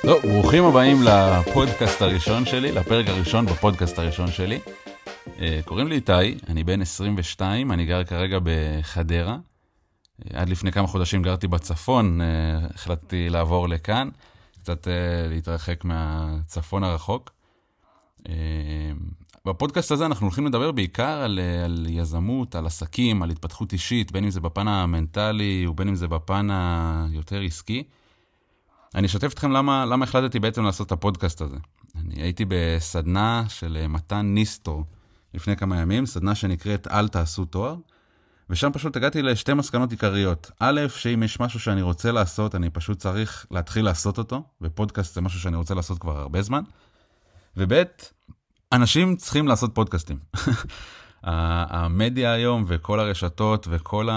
טוב, ברוכים הבאים לפודקאסט הראשון שלי, לפרק הראשון בפודקאסט הראשון שלי. קוראים לי איתי, אני בן 22, אני גר כרגע בחדרה. עד לפני כמה חודשים גרתי בצפון, החלטתי לעבור לכאן, קצת להתרחק מהצפון הרחוק. בפודקאסט הזה אנחנו הולכים לדבר בעיקר על יזמות, על עסקים, על התפתחות אישית, בין אם זה בפן המנטלי ובין אם זה בפן היותר עסקי. אני אשתף אתכם למה החלטתי בעצם לעשות את הפודקאסט הזה. אני הייתי בסדנה של מתן ניסטור לפני כמה ימים, סדנה שנקראת אל תעשו תואר, ושם פשוט הגעתי לשתי מסקנות עיקריות. א', שאם יש משהו שאני רוצה לעשות, אני פשוט צריך להתחיל לעשות אותו, ופודקאסט זה משהו שאני רוצה לעשות כבר הרבה זמן. וב', אנשים צריכים לעשות פודקאסטים. המדיה היום וכל הרשתות וכל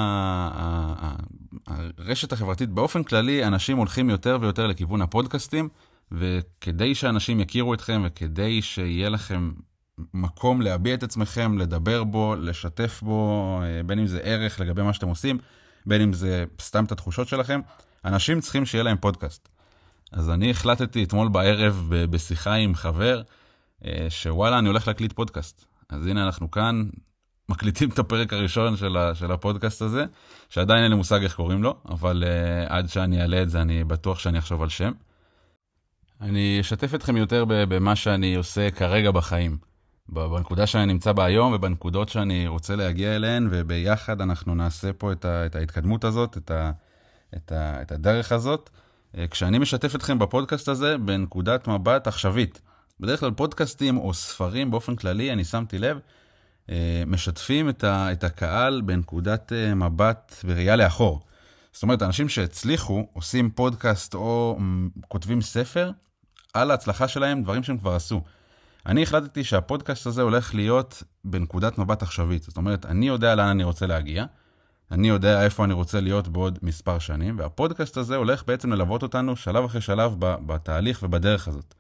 הרשת החברתית, באופן כללי אנשים הולכים יותר ויותר לכיוון הפודקאסטים, וכדי שאנשים יכירו אתכם וכדי שיהיה לכם מקום להביע את עצמכם, לדבר בו, לשתף בו, בין אם זה ערך לגבי מה שאתם עושים, בין אם זה סתם את התחושות שלכם, אנשים צריכים שיהיה להם פודקאסט. אז אני החלטתי אתמול בערב בשיחה עם חבר, שוואלה, אני הולך להקליט פודקאסט. אז הנה אנחנו כאן מקליטים את הפרק הראשון של הפודקאסט הזה, שעדיין אין לי מושג איך קוראים לו, אבל עד שאני אעלה את זה אני בטוח שאני אחשוב על שם. אני אשתף אתכם יותר במה שאני עושה כרגע בחיים, בנקודה שאני נמצא בה היום ובנקודות שאני רוצה להגיע אליהן, וביחד אנחנו נעשה פה את ההתקדמות הזאת, את הדרך הזאת, כשאני משתף אתכם בפודקאסט הזה בנקודת מבט עכשווית. בדרך כלל פודקאסטים או ספרים באופן כללי, אני שמתי לב, משתפים את הקהל בנקודת מבט בראייה לאחור. זאת אומרת, אנשים שהצליחו עושים פודקאסט או כותבים ספר על ההצלחה שלהם, דברים שהם כבר עשו. אני החלטתי שהפודקאסט הזה הולך להיות בנקודת מבט עכשווית. זאת אומרת, אני יודע לאן אני רוצה להגיע, אני יודע איפה אני רוצה להיות בעוד מספר שנים, והפודקאסט הזה הולך בעצם ללוות אותנו שלב אחרי שלב בתהליך ובדרך הזאת.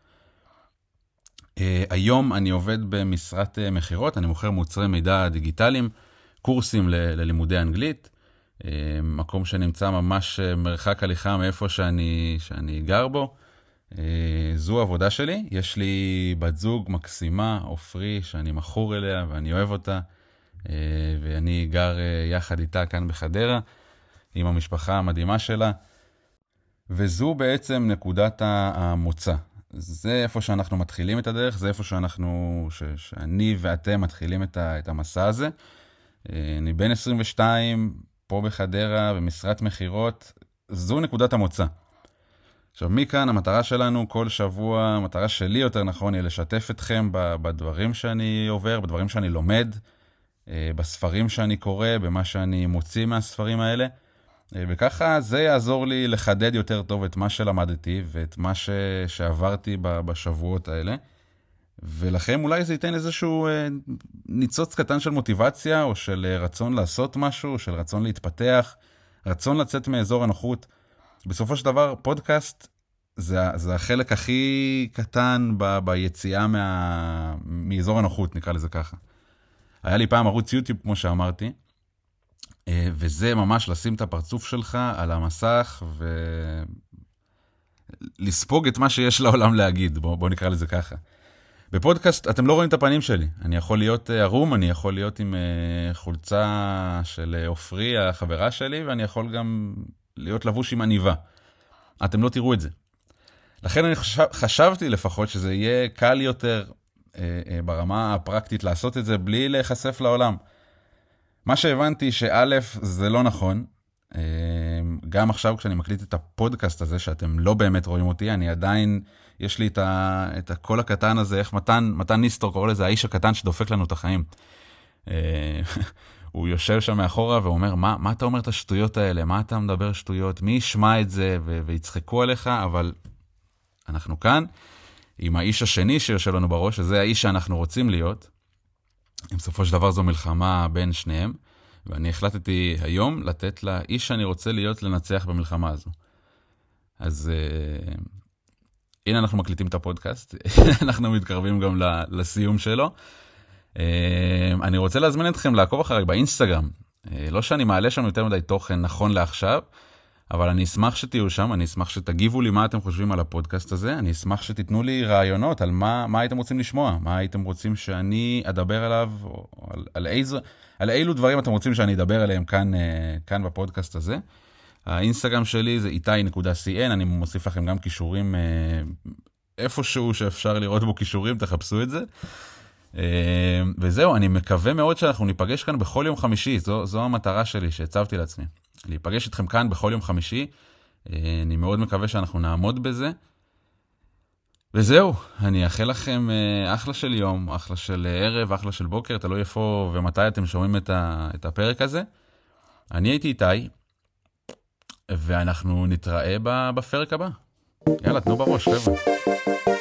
היום אני עובד במשרת מחירות, אני מוכר מוצרי מידע דיגיטליים, קורסים ללימודי אנגלית, מקום שנמצא ממש מרחק הליכה מאיפה שאני גר בו. זו עבודה שלי, יש לי בת זוג מקסימה, אופרי, שאני מכור אליה ואני אוהב אותה, ואני גר יחד איתה כאן בחדרה, עם המשפחה המדהימה שלה, וזו בעצם נקודת המוצא. זה איפה שאנחנו מתחילים את הדרך, זה איפה שאני ואתם מתחילים את המסע הזה. אני בן 22, פה בחדרה, במשרת מחירות, זו נקודת המוצא. עכשיו, מכאן המטרה שלנו כל שבוע, המטרה שלי יותר נכון, היא לשתף אתכם בדברים שאני עובר, בדברים שאני לומד, בספרים שאני קורא, במה שאני מוציא מהספרים האלה, וככה זה יעזור לי לחדד יותר טוב את מה שלמדתי ואת מה שעברתי בשבועות האלה. ולכם אולי זה ייתן איזשהו ניצוץ קטן של מוטיבציה, או של רצון לעשות משהו, או של רצון להתפתח, רצון לצאת מאזור הנוחות. בסופו של דבר, פודקאסט זה החלק הכי קטן ביציאה מאזור הנוחות, נקרא לזה ככה. היה לי פעם ערוץ יוטיוב, כמו שאמרתי, וזה ממש לשים את הפרצוף שלך על המסך ולספוג את מה שיש לעולם להגיד, בוא נקרא לזה ככה. בפודקאסט אתם לא רואים את הפנים שלי, אני יכול להיות ערום, אני יכול להיות עם חולצה של אופרי, החברה שלי, ואני יכול גם להיות לבוש עם עניבה. אתם לא תראו את זה. לכן אני חשבתי לפחות שזה יהיה קל יותר ברמה הפרקטית לעשות את זה בלי להיחשף לעולם. מה שהבנתי שא' זה לא נכון, גם עכשיו כשאני מקליט את הפודקאסט הזה שאתם לא באמת רואים אותי, אני עדיין, יש לי את הקול הקטן הזה, איך מתן ניסטור קורא לזה, האיש הקטן שדופק לנו את החיים. הוא יושב שם מאחורה ואומר, מה אתה אומר את השטויות האלה? מה אתה מדבר שטויות? מי ישמע את זה ויצחקו עליך? אבל אנחנו כאן עם האיש השני שיושב לנו בראש, שזה האיש שאנחנו רוצים להיות. בסופו של דבר זו מלחמה בין שניהם, ואני החלטתי היום לתת לאיש שאני רוצה להיות לנצח במלחמה הזו. אז הנה אנחנו מקליטים את הפודקאסט, אנחנו מתקרבים גם לסיום שלו. אני רוצה להזמין אתכם לעקוב אחריי באינסטגרם. לא שאני מעלה שם יותר מדי תוכן נכון לעכשיו, אבל אני אשמח שתהיו שם, אני אשמח שתגיבו לי מה אתם חושבים על הפודקאסט הזה, אני אשמח שתיתנו לי רעיונות על מה הייתם רוצים לשמוע, מה הייתם רוצים שאני אדבר עליו, או על אילו דברים אתם רוצים שאני אדבר עליהם כאן בפודקאסט הזה. האינסטגרם שלי זה איתי.cn, אני מוסיף לכם גם קישורים איפשהו שאפשר לראות בו קישורים, תחפשו את זה. וזהו, אני מקווה מאוד שאנחנו ניפגש כאן בכל יום חמישי, זו המטרה שלי שהצבתי לעצמי. להיפגש איתכם כאן בכל יום חמישי, אני מאוד מקווה שאנחנו נעמוד בזה. וזהו, אני אאחל לכם אחלה של יום, אחלה של ערב, אחלה של בוקר, תלוי איפה ומתי אתם שומעים את הפרק הזה. אני הייתי איתי, ואנחנו נתראה בפרק הבא. יאללה, תנו בראש, חבר'ה.